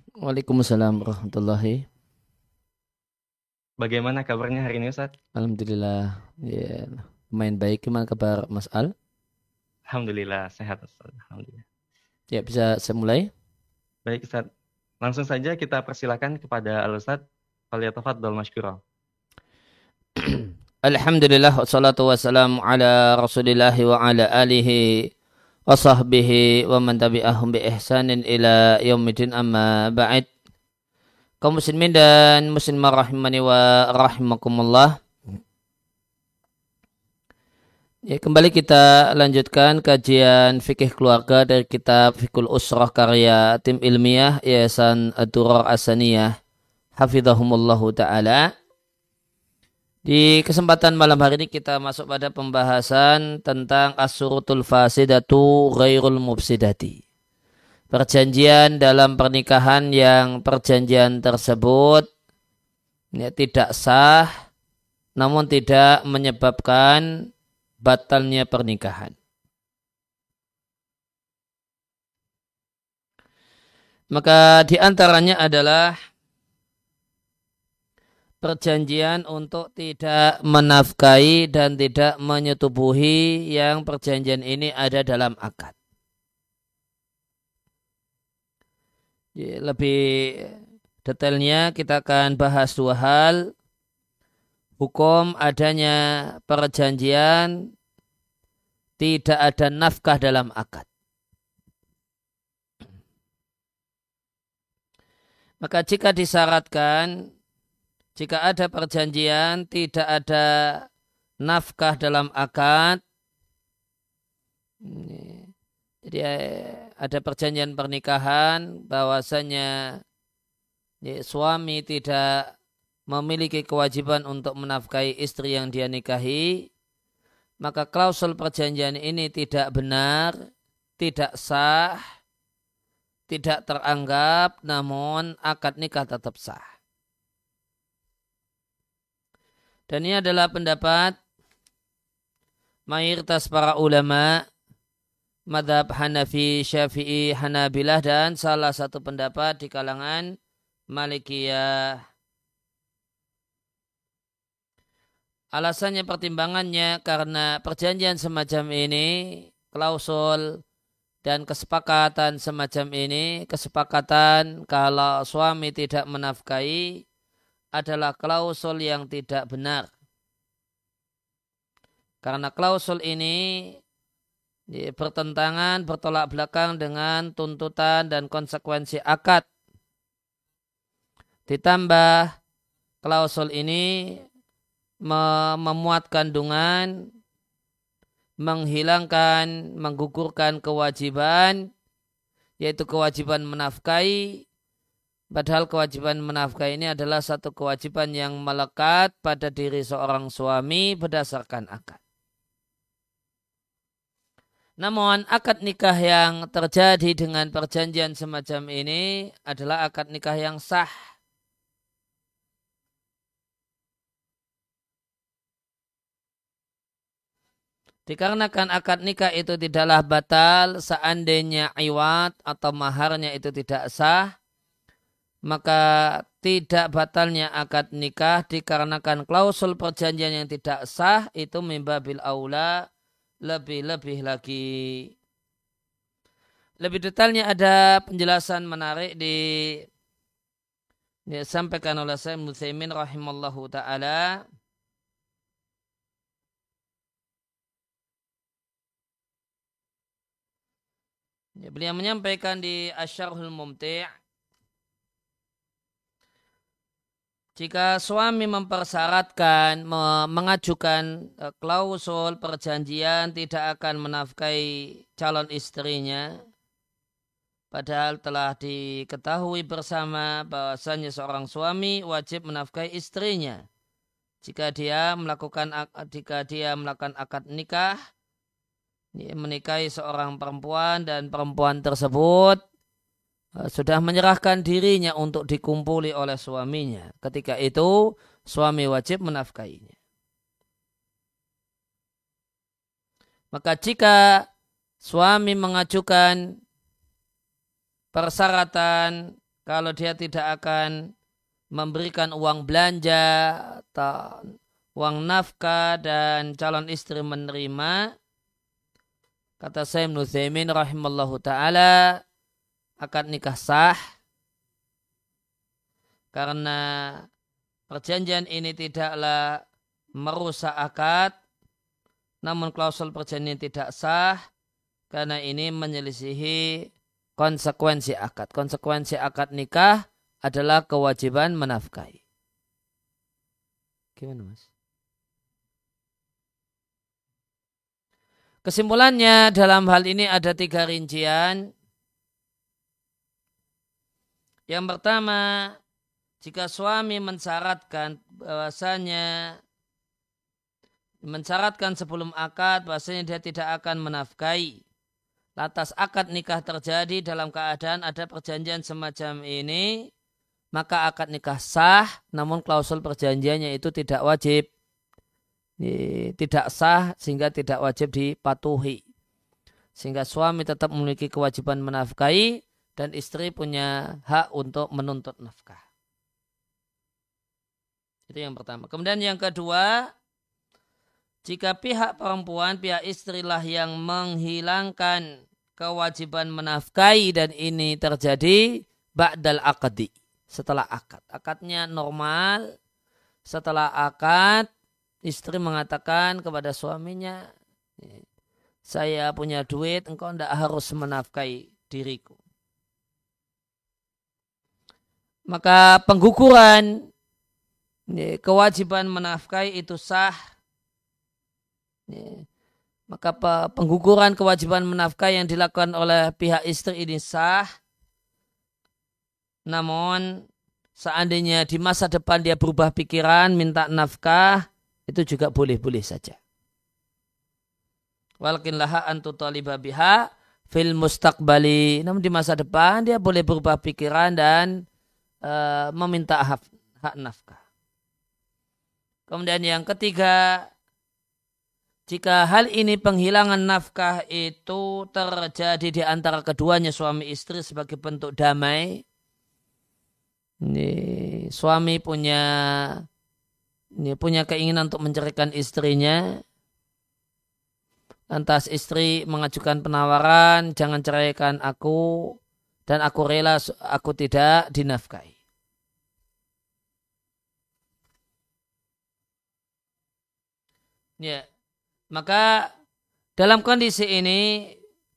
Waalaikumsalam warahmatullahi. Bagaimana kabarnya hari ini Ustaz? Alhamdulillah. Ya, lumayan baik. Gimana kabar Mas Al? Alhamdulillah sehat Ustaz. Alhamdulillah. Ya, bisa saya mulai? Baik Ustaz. Langsung saja kita persilakan kepada Al Ustaz. Falyatafaddal masykurah. Alhamdulillah wassalatu wassalamu ala Rasulillahi wa ala alihi wa sahbihi wa man tabi'ahum bi ihsanin ila yaumidin amma ba'id. Kaum muslimin dan muslimah rahimani wa rahimakumullah. Ya, kembali kita lanjutkan kajian fikih keluarga dari kitab Fikul Usrah karya tim ilmiah Yayasan Ad-Durar As-Saniyah hafizahumullahu taala. Di kesempatan malam hari ini kita masuk pada pembahasan tentang as-surutul fasidatu ghairul mufsidati. Perjanjian dalam pernikahan yang perjanjian tersebut tidak sah namun tidak menyebabkan batalnya pernikahan. Maka di antaranya adalah perjanjian untuk tidak menafkahi dan tidak menyetubuhi yang perjanjian ini ada dalam akad. Lebih detailnya kita akan bahas dua hal. Hukum adanya perjanjian tidak ada nafkah dalam akad. Maka jika disyaratkan, jika ada perjanjian tidak ada nafkah dalam akad, jadi ada perjanjian pernikahan bahwasanya suami tidak memiliki kewajiban untuk menafkahi istri yang dia nikahi, maka klausul perjanjian ini tidak benar, tidak sah, tidak teranggap, namun akad nikah tetap sah. Dan ini adalah pendapat mayoritas para ulama madhab Hanafi, Syafi'i, Hanabilah dan salah satu pendapat di kalangan Malikiyah. Alasannya pertimbangannya karena perjanjian semacam ini, klausul dan kesepakatan semacam ini, kesepakatan kalau suami tidak menafkahi adalah klausul yang tidak benar. Karena klausul ini bertentangan, bertolak belakang dengan tuntutan dan konsekuensi akad. Ditambah klausul ini memuat kandungan, menghilangkan, menggugurkan kewajiban, yaitu kewajiban menafkahi. Padahal kewajiban menafkahi ini adalah satu kewajiban yang melekat pada diri seorang suami berdasarkan akad. Namun akad nikah yang terjadi dengan perjanjian semacam ini adalah akad nikah yang sah. Dikarenakan akad nikah itu tidaklah batal seandainya iwat atau maharnya itu tidak sah, maka tidak batalnya akad nikah dikarenakan klausul perjanjian yang tidak sah itu mimbabil aula lebih-lebih lagi. Lebih detailnya ada penjelasan menarik disampaikan oleh Syekh Utsaimin rahimallahu taala. Beliau menyampaikan di Asyarhul Mumti', jika suami mempersyaratkan mengajukan klausul perjanjian tidak akan menafkahi calon istrinya, padahal telah diketahui bersama bahwasanya seorang suami wajib menafkahi istrinya jika dia melakukan akad nikah, menikahi seorang perempuan dan perempuan tersebut sudah menyerahkan dirinya untuk dikumpuli oleh suaminya. Ketika itu suami wajib menafkahinya. Maka jika suami mengajukan persyaratan kalau dia tidak akan memberikan uang belanja atau uang nafkah dan calon istri menerima, kata Syekh Ibnu Utsaimin rahimallahu taala, akad nikah sah karena perjanjian ini tidaklah merusak akad, namun klausul perjanjian tidak sah karena ini menyelisihi konsekuensi akad. Konsekuensi akad nikah adalah kewajiban menafkahi. Gimana, Mas? Kesimpulannya dalam hal ini ada 3 rincian. Yang pertama, jika suami mensyaratkan sebelum akad bahwasanya dia tidak akan menafkahi, lantas akad nikah terjadi dalam keadaan ada perjanjian semacam ini, maka akad nikah sah, namun klausul perjanjiannya itu tidak wajib. Tidak sah sehingga tidak wajib dipatuhi. Sehingga suami tetap memiliki kewajiban menafkahi dan istri punya hak untuk menuntut nafkah. Itu yang pertama. Kemudian yang kedua, jika pihak perempuan, pihak istrilah yang menghilangkan kewajiban menafkahi dan ini terjadi ba'dal aqdi, setelah akad. Akadnya normal, setelah akad istri mengatakan kepada suaminya, saya punya duit, engkau tidak harus menafkahi diriku. Maka pengguguran kewajiban menafkahi itu sah. Maka pengguguran kewajiban menafkahi yang dilakukan oleh pihak istri ini sah. Namun seandainya di masa depan dia berubah pikiran, minta nafkah, itu juga boleh-boleh saja. Walakin laha an tutaliba biha fil mustaqbali. Namun di masa depan dia boleh berubah pikiran dan meminta hak nafkah. Kemudian yang ketiga, jika hal ini penghilangan nafkah itu terjadi di antara keduanya suami istri sebagai bentuk damai. Ini, suami punya keinginan untuk menceraikan istrinya. Lantas istri mengajukan penawaran, jangan ceraikan aku dan aku rela aku tidak dinafkahi. Ya, maka dalam kondisi ini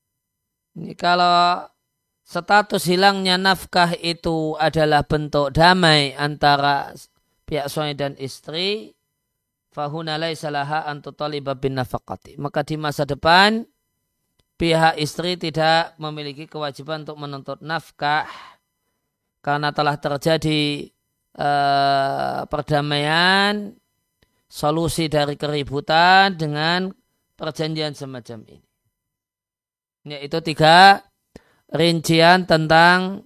kalau status hilangnya nafkah itu adalah bentuk damai antara pihak suami dan istri, fahuna laisa laha an tutaliba bin nafaqati. Maka di masa depan pihak istri tidak memiliki kewajiban untuk menuntut nafkah karena telah terjadi perdamaian, solusi dari keributan dengan perjanjian semacam ini. Yaitu 3 rincian tentang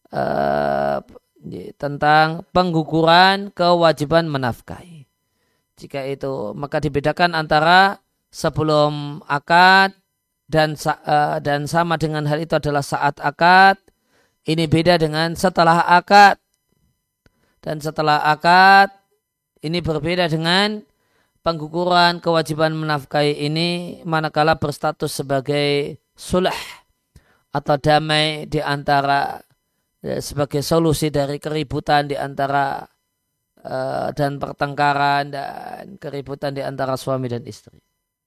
pengguguran kewajiban menafkahi. Jika itu maka dibedakan antara sebelum akad dan sama dengan hal itu adalah saat akad. Ini beda dengan setelah akad. Dan setelah akad ini berbeda dengan pengguguran kewajiban menafkahi ini manakala berstatus sebagai sulh atau damai di antara sebagai solusi dari keributan di antara dan pertengkaran dan keributan di antara suami dan istri.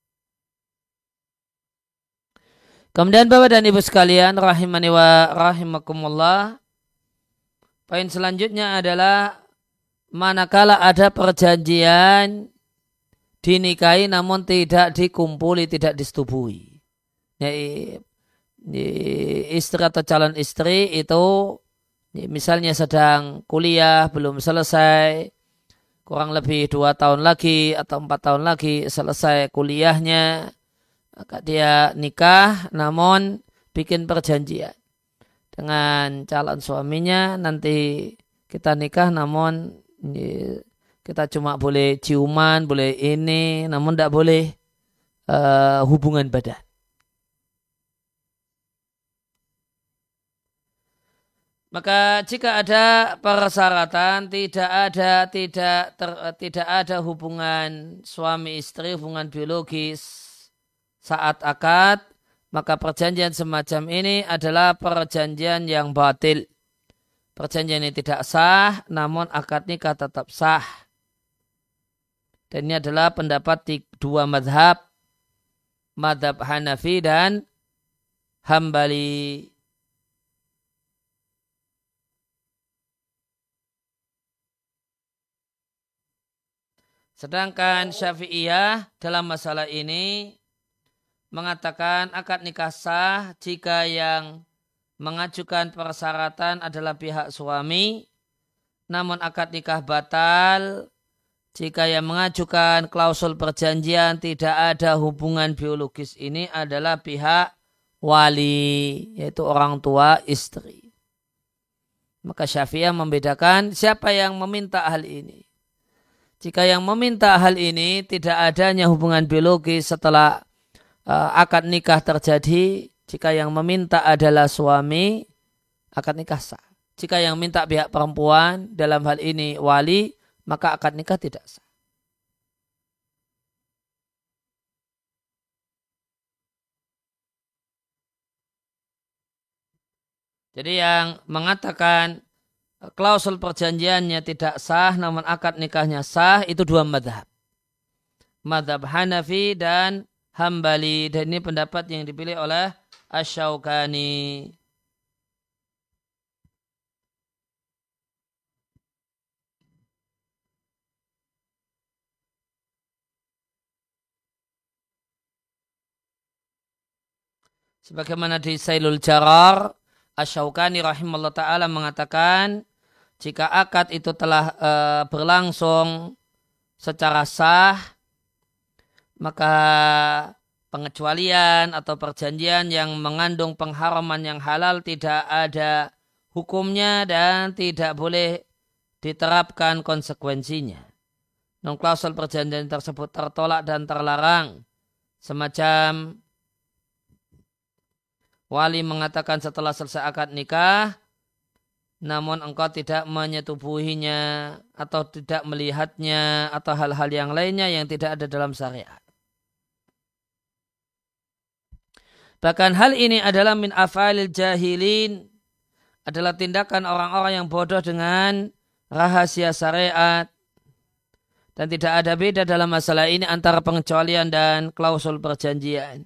Kemudian Bapak dan Ibu sekalian rahimani wa rahimakumullah, poin selanjutnya adalah manakala ada perjanjian dinikahi namun tidak dikumpuli, tidak disetubuhi. Istri atau calon istri itu misalnya sedang kuliah, belum selesai, kurang lebih 2 tahun lagi atau 4 tahun lagi selesai kuliahnya, maka dia nikah namun bikin perjanjian dengan calon suaminya, nanti kita nikah namun kita cuma boleh ciuman, boleh ini, namun tidak boleh hubungan badan. Maka jika ada persyaratan tidak ada hubungan suami istri, hubungan biologis saat akad, maka perjanjian semacam ini adalah perjanjian yang batil. Perjanjian ini tidak sah, namun akad nikah tetap sah. Dan ini adalah pendapat dua mazhab, mazhab Hanafi dan Hambali. Sedangkan Syafi'iyah dalam masalah ini mengatakan akad nikah sah jika yang mengajukan persyaratan adalah pihak suami, namun akad nikah batal jika yang mengajukan klausul perjanjian tidak ada hubungan biologis ini adalah pihak wali, yaitu orang tua istri. Maka Syafi'iyah membedakan siapa yang meminta hal ini. Jika yang meminta hal ini tidak adanya hubungan biologis setelah akad nikah terjadi, jika yang meminta adalah suami, akad nikah sah. Jika yang minta pihak perempuan, dalam hal ini wali, maka akad nikah tidak sah. Jadi yang mengatakan klausul perjanjiannya tidak sah namun akad nikahnya sah itu dua madhab. Madhab Hanafi dan Hambali. Dan ini pendapat yang dipilih oleh Asy-Syaukani. Sebagaimana di Sailul Jarar, Asy-Syaukani rahimahullah ta'ala mengatakan jika akad itu telah berlangsung secara sah, maka pengecualian atau perjanjian yang mengandung pengharaman yang halal tidak ada hukumnya dan tidak boleh diterapkan konsekuensinya. Non klausul perjanjian tersebut tertolak dan terlarang. Semacam wali mengatakan setelah selesai akad nikah, namun engkau tidak menyetubuhinya atau tidak melihatnya atau hal-hal yang lainnya yang tidak ada dalam syariat. Bahkan hal ini adalah min af'alil jahilin, adalah tindakan orang-orang yang bodoh dengan rahasia syariat. Dan tidak ada beda dalam masalah ini antara pengecualian dan klausul perjanjian.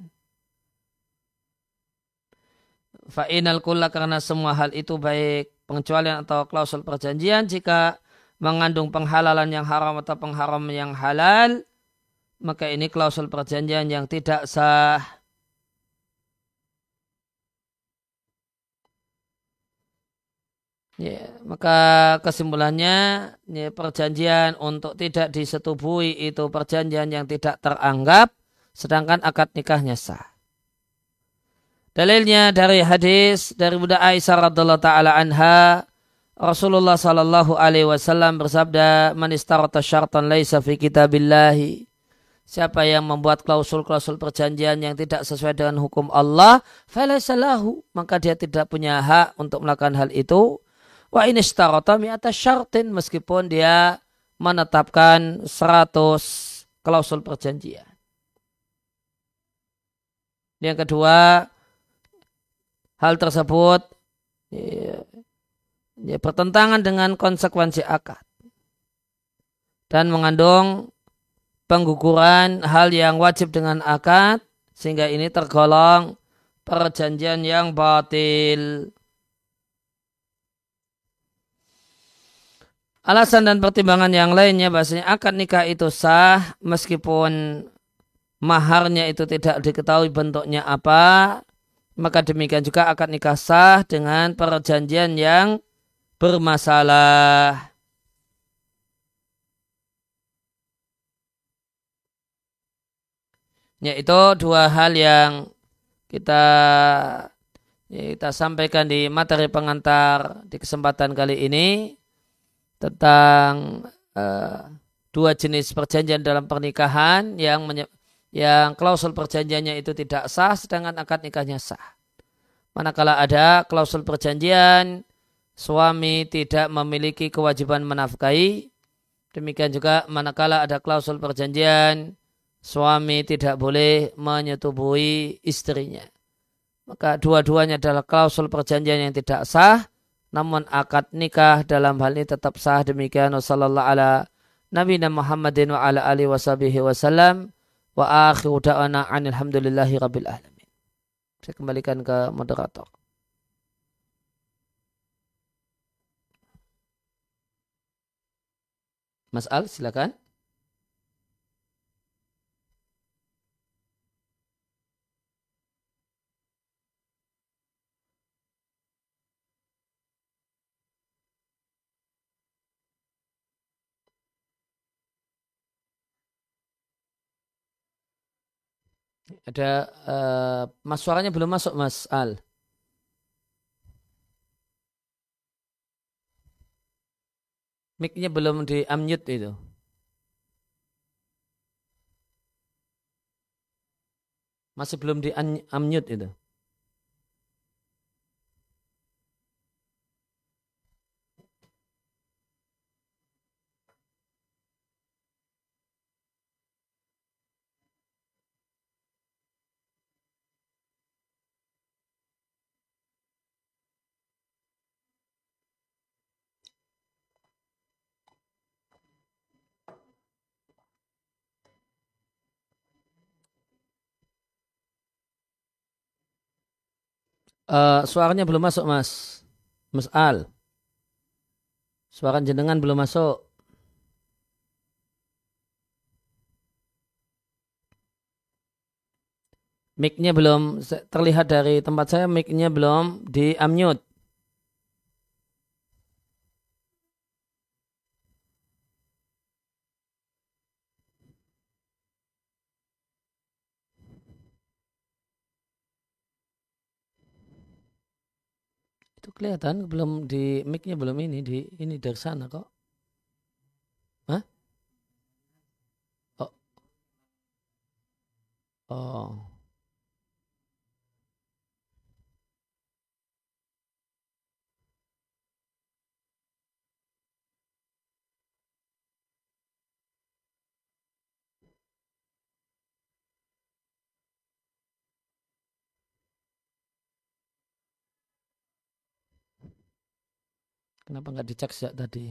Fa'inal kulla, karena semua hal itu baik pengecualian atau klausul perjanjian jika mengandung penghalalan yang haram atau pengharam yang halal, maka ini klausul perjanjian yang tidak sah. Ya, maka kesimpulannya ya, perjanjian untuk tidak disetubuhi itu perjanjian yang tidak teranggap, sedangkan akad nikahnya sah. Dalilnya dari hadis dari Bunda Aisyah radhiallahu taala anha, Rasulullah sallallahu alaihi wasallam bersabda, "Man istarata syartan laisa fi kitabillahi." Siapa yang membuat klausul-klausul perjanjian yang tidak sesuai dengan hukum Allah, falaysa lahu, maka dia tidak punya hak untuk melakukan hal itu. Wa in istarata mi'ata syartin, meskipun dia menetapkan 100 klausul perjanjian. Yang kedua, hal tersebut bertentangan dengan konsekuensi akad dan mengandung pengguguran hal yang wajib dengan akad, sehingga ini tergolong perjanjian yang batil. Alasan dan pertimbangan yang lainnya bahasanya akad nikah itu sah meskipun maharnya itu tidak diketahui bentuknya apa, maka demikian juga akad nikah sah dengan perjanjian yang bermasalah. Yaitu dua hal yang kita sampaikan di materi pengantar di kesempatan kali ini tentang dua jenis perjanjian dalam pernikahan yang klausul perjanjiannya itu tidak sah sedangkan akad nikahnya sah. Manakala ada klausul perjanjian suami tidak memiliki kewajiban menafkahi. Demikian juga manakala ada klausul perjanjian, suami tidak boleh menyetubuhi istrinya. Maka dua-duanya adalah klausul perjanjian yang tidak sah, namun akad nikah dalam hal ini tetap sah. Demikian sallallahu ala nabiyina Muhammadin wa ala alihi wasallam wa akhiru da'wana alhamdulillahi rabbil alamin. Saya kembalikan ke moderator. Mas Al, silakan. Ada Mas, suaranya belum masuk Mas Al. Mic-nya belum di unmute itu. Masih belum di unmute itu. Suaranya belum masuk Mas. Mas Al. Suara jenengan belum masuk. Mic-nya belum terlihat dari tempat saya, mic-nya belum di unmute. Itu kelihatan belum di mic-nya belum ini dari sana kok. Hah? Oh. Oh. Kenapa nggak dicek sejak tadi?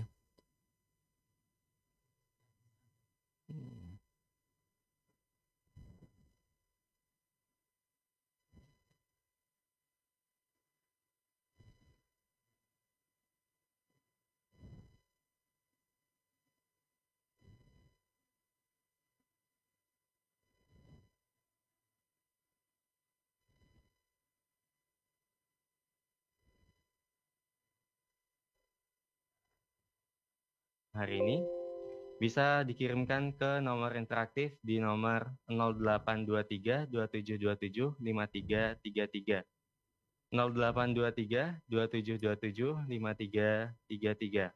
Hari ini bisa dikirimkan ke nomor interaktif di nomor 0823 2727 5333. 0823 2727 5333.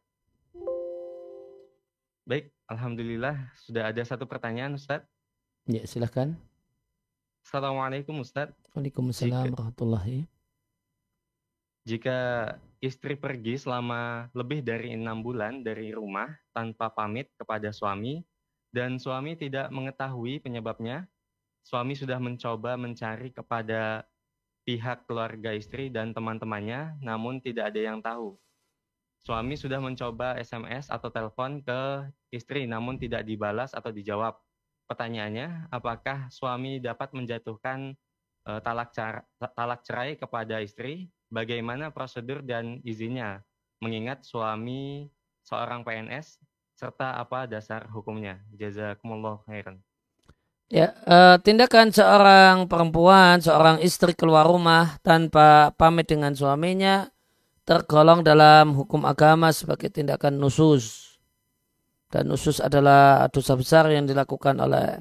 Baik, alhamdulillah sudah ada satu pertanyaan Ustaz. Ya, silahkan. Assalamualaikum Ustaz. Waalaikumsalam warahmatullahi. Jika istri pergi selama lebih dari 6 bulan dari rumah tanpa pamit kepada suami dan suami tidak mengetahui penyebabnya, suami sudah mencoba mencari kepada pihak keluarga istri dan teman-temannya, namun tidak ada yang tahu. Suami sudah mencoba SMS atau telepon ke istri, namun tidak dibalas atau dijawab. Pertanyaannya, apakah suami dapat menjatuhkan talak cerai kepada istri? Bagaimana prosedur dan izinnya? Mengingat suami seorang PNS, serta apa dasar hukumnya? Jazakumullah khairan. Ya, tindakan seorang perempuan, seorang istri keluar rumah tanpa pamit dengan suaminya tergolong dalam hukum agama sebagai tindakan nusus. Dan nusus adalah dosa besar yang dilakukan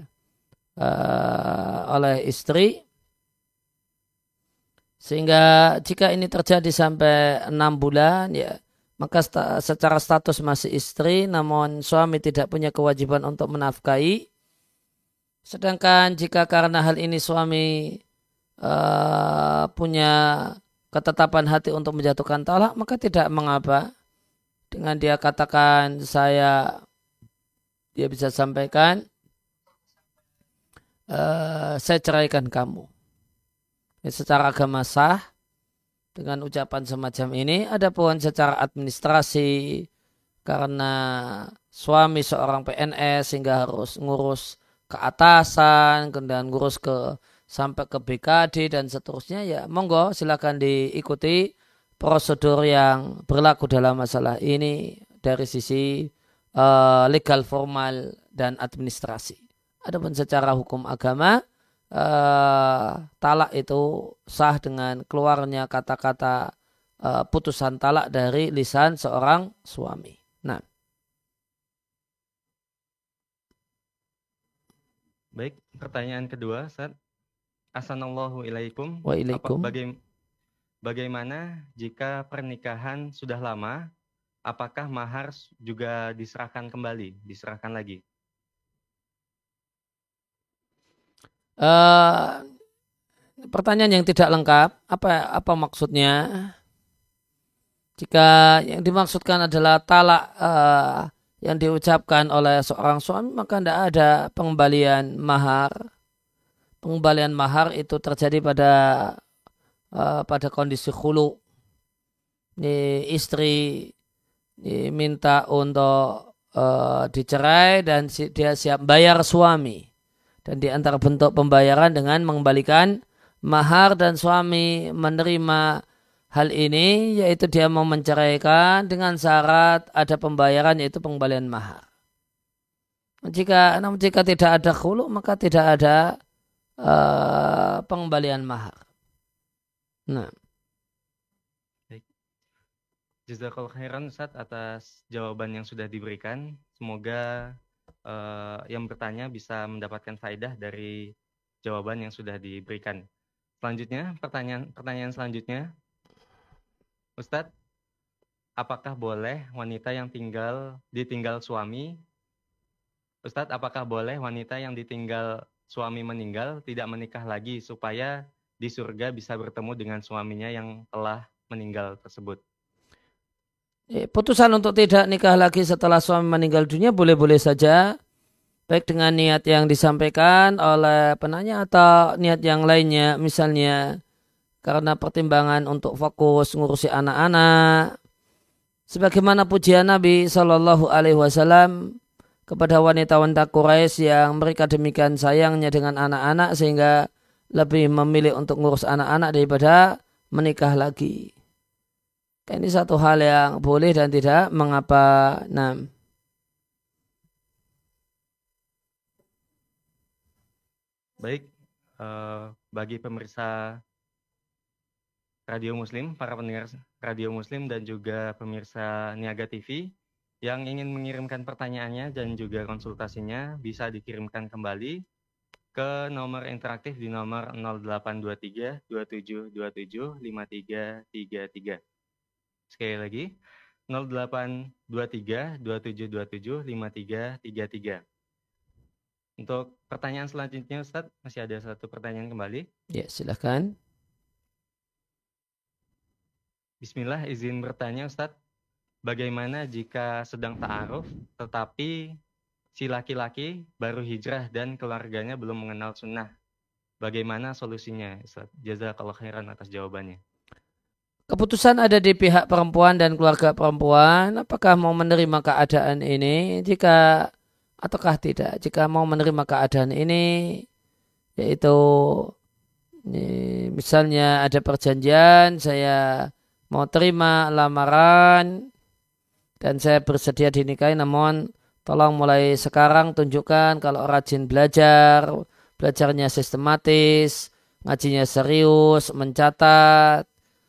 oleh istri. Sehingga jika ini terjadi sampai 6 bulan, ya maka secara status masih istri, namun suami tidak punya kewajiban untuk menafkahi. Sedangkan jika karena hal ini suami punya ketetapan hati untuk menjatuhkan talak, maka tidak mengapa dengan dia katakan dia bisa sampaikan saya ceraikan kamu. Secara agama sah dengan ucapan semacam ini. Adapun secara administrasi karena suami seorang PNS sehingga harus ngurus ke atasan, kemudian ngurus sampai ke BKD dan seterusnya, ya monggo silakan diikuti prosedur yang berlaku dalam masalah ini dari sisi legal formal dan administrasi. Adapun secara hukum agama, talak itu sah dengan keluarnya kata-kata putusan talak dari lisan seorang suami. Nah, Baik, pertanyaan kedua, Ustaz. Assalamualaikum ilaikum. Waalaikum. Bagaimana jika pernikahan sudah lama, apakah mahar juga diserahkan lagi? Pertanyaan yang tidak lengkap, apa maksudnya? Jika yang dimaksudkan adalah talak yang diucapkan oleh seorang suami, maka tidak ada pengembalian mahar. Pengembalian mahar itu terjadi pada kondisi khulu. Istri minta untuk dicerai dan dia siap bayar suami. Dan di antara bentuk pembayaran dengan mengembalikan mahar, dan suami menerima hal ini, yaitu dia mau menceraikan dengan syarat ada pembayaran, yaitu pengembalian mahar. Namun jika tidak ada khulu, maka tidak ada pengembalian mahar. Nah. Jazakallahu khairan Ustaz atas jawaban yang sudah diberikan. Semoga yang bertanya bisa mendapatkan faedah dari jawaban yang sudah diberikan. Selanjutnya, pertanyaan selanjutnya. Ustadz, apakah boleh wanita yang ditinggal suami? Ustadz, apakah boleh wanita yang ditinggal suami meninggal tidak menikah lagi supaya di surga bisa bertemu dengan suaminya yang telah meninggal tersebut? Putusan untuk tidak nikah lagi setelah suami meninggal dunia boleh-boleh saja, baik dengan niat yang disampaikan oleh penanya atau niat yang lainnya, misalnya karena pertimbangan untuk fokus ngurusi anak-anak. Sebagaimana pujian Nabi Shallallahu Alaihi Wasallam kepada wanita-wanita Quraisy yang mereka demikian sayangnya dengan anak-anak sehingga lebih memilih untuk ngurus anak-anak daripada menikah lagi. Ini satu hal yang boleh dan tidak mengapa. Nah, baik, bagi pemirsa Radio Muslim, para pendengar Radio Muslim dan juga pemirsa Niaga TV yang ingin mengirimkan pertanyaannya dan juga konsultasinya bisa dikirimkan kembali ke nomor interaktif di nomor 0823 2727 5333. Sekali lagi, 0823 2727 5333. Untuk pertanyaan selanjutnya, Ustadz, masih ada satu pertanyaan kembali. Ya, silakan. Bismillah, izin bertanya, Ustadz. Bagaimana jika sedang ta'aruf, tetapi si laki-laki baru hijrah dan keluarganya belum mengenal sunnah? Bagaimana solusinya, Ustadz? Jazakallahu khairan atas jawabannya. Keputusan ada di pihak perempuan dan keluarga perempuan. Apakah mau menerima keadaan ini? Ataukah tidak? Jika mau menerima keadaan ini, yaitu misalnya ada perjanjian, saya mau terima lamaran dan saya bersedia dinikahi, namun tolong mulai sekarang tunjukkan kalau rajin belajarnya sistematis, ngajinya serius, mencatat,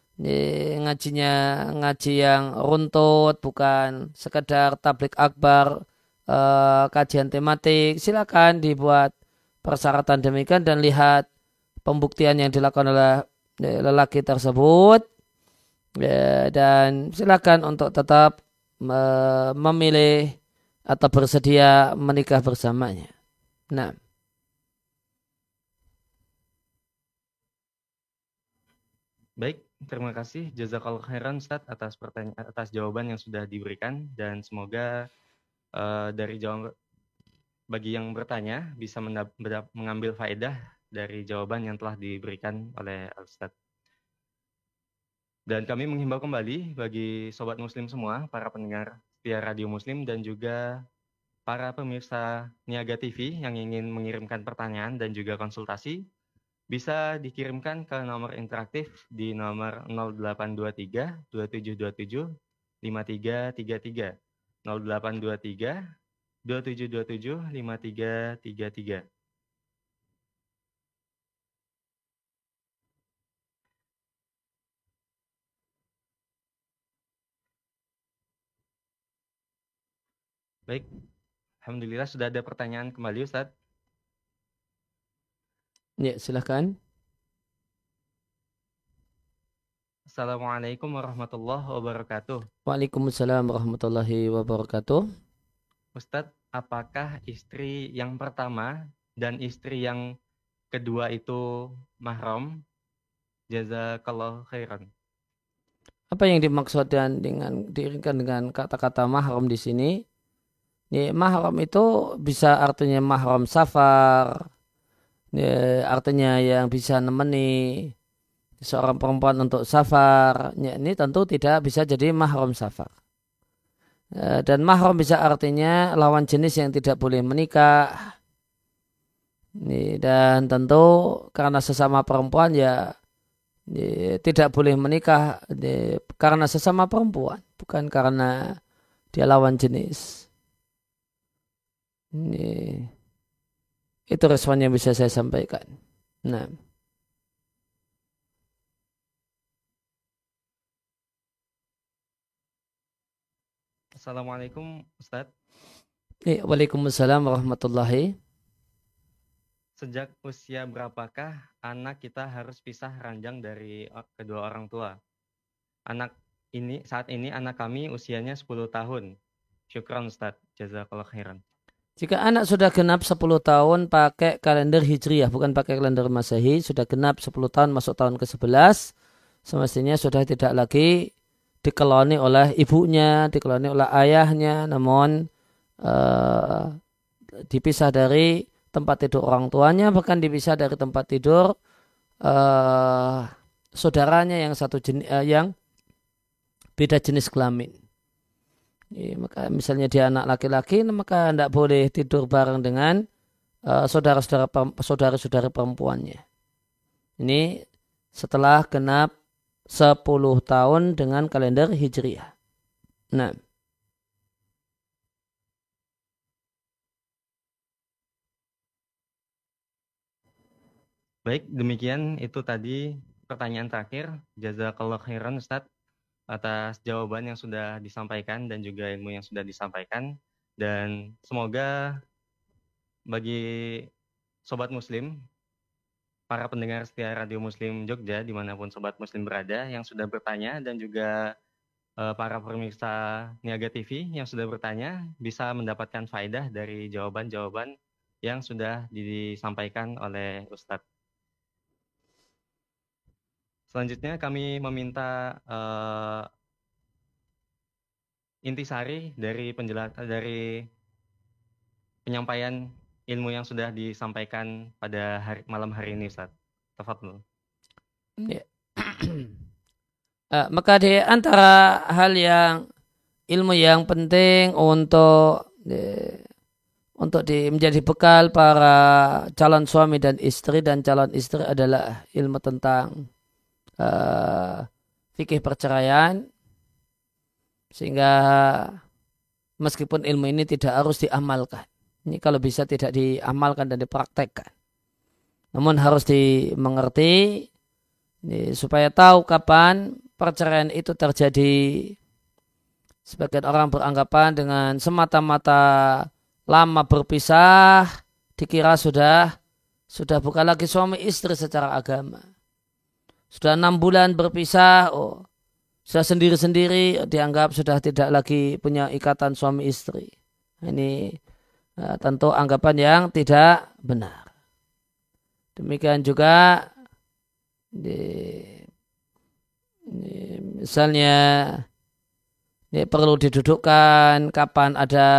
ngaji yang runtut, bukan sekedar tablik akbar, kajian tematik. Silakan dibuat persyaratan demikian dan lihat pembuktian yang dilakukan oleh lelaki tersebut, dan silakan untuk tetap memilih atau bersedia menikah bersamanya. Nah, Baik, terima kasih jazakallahu khairan Ustaz atas jawaban yang sudah diberikan, dan semoga dari jawab bagi yang bertanya bisa mengambil faedah dari jawaban yang telah diberikan oleh Ustaz. Dan kami menghimbau kembali bagi sobat muslim semua, para pendengar setia Radio Muslim dan juga para pemirsa Niaga TV yang ingin mengirimkan pertanyaan dan juga konsultasi, bisa dikirimkan ke nomor interaktif di nomor 0823 2727 5333. 0823 2727 5333. Baik, alhamdulillah sudah ada pertanyaan kembali Ustaz. Ya, silakan. Assalamualaikum warahmatullahi wabarakatuh. Waalaikumsalam warahmatullahi wabarakatuh. Ustadz, apakah istri yang pertama dan istri yang kedua itu mahram? Jazakallahu khairan. Apa yang dimaksudkan dengan diiringkan dengan kata-kata mahram di sini? Ya, mahram itu bisa artinya mahram safar, ya, artinya yang bisa nemeni seorang perempuan untuk safar. Ya, ini tentu tidak bisa jadi mahram safar. Dan mahram bisa artinya lawan jenis yang tidak boleh menikah. Dan tentu karena sesama perempuan ya, tidak boleh menikah karena sesama perempuan, bukan karena dia lawan jenis. Itu respon yang bisa saya sampaikan. Nah, Assalamualaikum Ustadz. Waalaikumsalam warahmatullahi. Sejak usia berapakah anak kita harus pisah ranjang dari kedua orang tua? Saat ini anak kami usianya 10 tahun. Syukran Ustadz. Jazakallahu khairan. Jika anak sudah genap 10 tahun pakai kalender Hijriyah, bukan pakai kalender Masehi, sudah genap 10 tahun masuk tahun ke-11, semestinya sudah tidak lagi dikeloni oleh ibunya, dikeloni oleh ayahnya, namun dipisah dari tempat tidur orang tuanya, bahkan dipisah dari tempat tidur saudaranya yang yang beda jenis kelamin. Ya, maka misalnya dia anak laki-laki, maka tidak boleh tidur bareng dengan saudara-saudari perempuannya. Ini setelah genap 10 tahun dengan kalender Hijriyah. Nah, baik, demikian itu tadi pertanyaan terakhir. Jazakallahu khairan Ustadz atas jawaban yang sudah disampaikan dan juga ilmu yang sudah disampaikan. Dan semoga bagi Sobat Muslim, para pendengar setia Radio Muslim Jogja, dimanapun Sobat Muslim berada, yang sudah bertanya, dan juga para pemirsa Niaga TV yang sudah bertanya, bisa mendapatkan faedah dari jawaban-jawaban yang sudah disampaikan oleh Ustadz. Selanjutnya kami meminta intisari dari penyampaian ilmu yang sudah disampaikan pada malam hari ini, Ustaz. Tafadhol. Ya. Maka di antara hal yang ilmu yang penting untuk menjadi bekal para calon suami dan calon istri adalah ilmu tentang fikih perceraian, sehingga meskipun ilmu ini tidak harus diamalkan, ini kalau bisa tidak diamalkan dan dipraktekkan, namun harus dimengerti supaya tahu kapan perceraian itu terjadi. Sebagian orang beranggapan dengan semata-mata lama berpisah dikira sudah bukan lagi suami istri secara agama. Sudah 6 bulan berpisah, sudah sendiri-sendiri, dianggap sudah tidak lagi punya ikatan suami istri. Ini tentu anggapan yang tidak benar. Demikian juga Misalnya ini perlu didudukkan kapan ada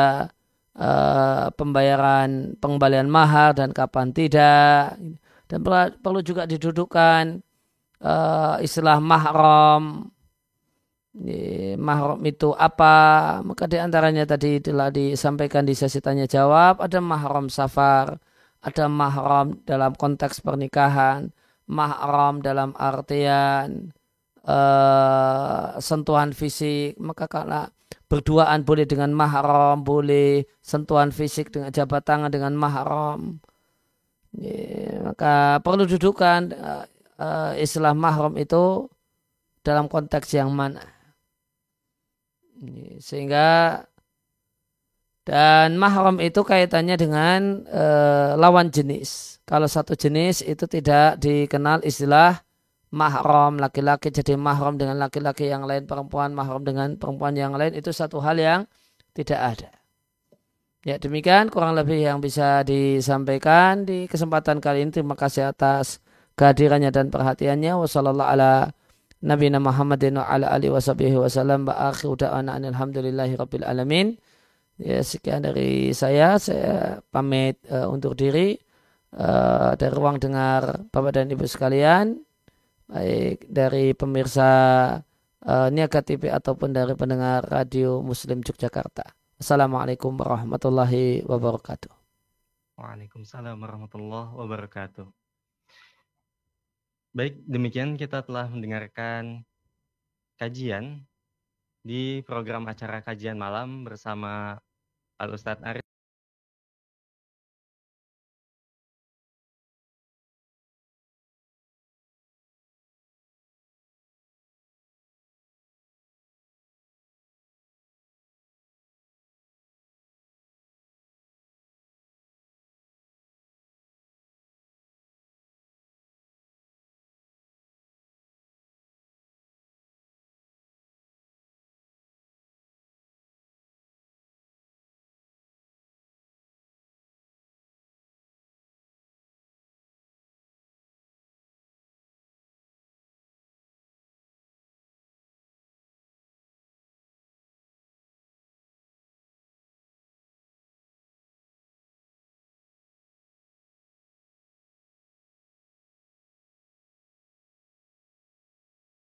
pengembalian mahar dan kapan tidak, dan perlu juga didudukkan istilah mahram. Mahram itu apa? Maka diantaranya tadi telah disampaikan di sesi tanya jawab, ada mahram safar, ada mahram dalam konteks pernikahan, mahram dalam artian sentuhan fisik. Maka karena berduaan boleh dengan mahram, boleh sentuhan fisik dengan jabat tangan dengan mahram. Maka perlu dudukan istilah mahram itu dalam konteks yang mana. Sehingga dan mahram itu kaitannya dengan lawan jenis. Kalau satu jenis itu tidak dikenal istilah mahram, laki-laki jadi mahram dengan laki-laki yang lain, perempuan mahram dengan perempuan yang lain, itu satu hal yang tidak ada. Ya, demikian kurang lebih yang bisa disampaikan di kesempatan kali ini. Terima kasih atas kehadirannya dan perhatiannya. Wassallallahu ala Nabi Muhammadin wa ala alihi wasallam wa akhiru da'wana alhamdulillahi rabbil alamin. Ya, sekian dari saya pamit undur diri dari ruang dengar Bapak dan Ibu sekalian, baik dari pemirsa Niaga TV ataupun dari pendengar Radio Muslim Yogyakarta. Assalamualaikum warahmatullahi wabarakatuh. Waalaikumsalam warahmatullahi wabarakatuh. Baik, demikian kita telah mendengarkan kajian di program acara kajian malam bersama Al Ustadz Arif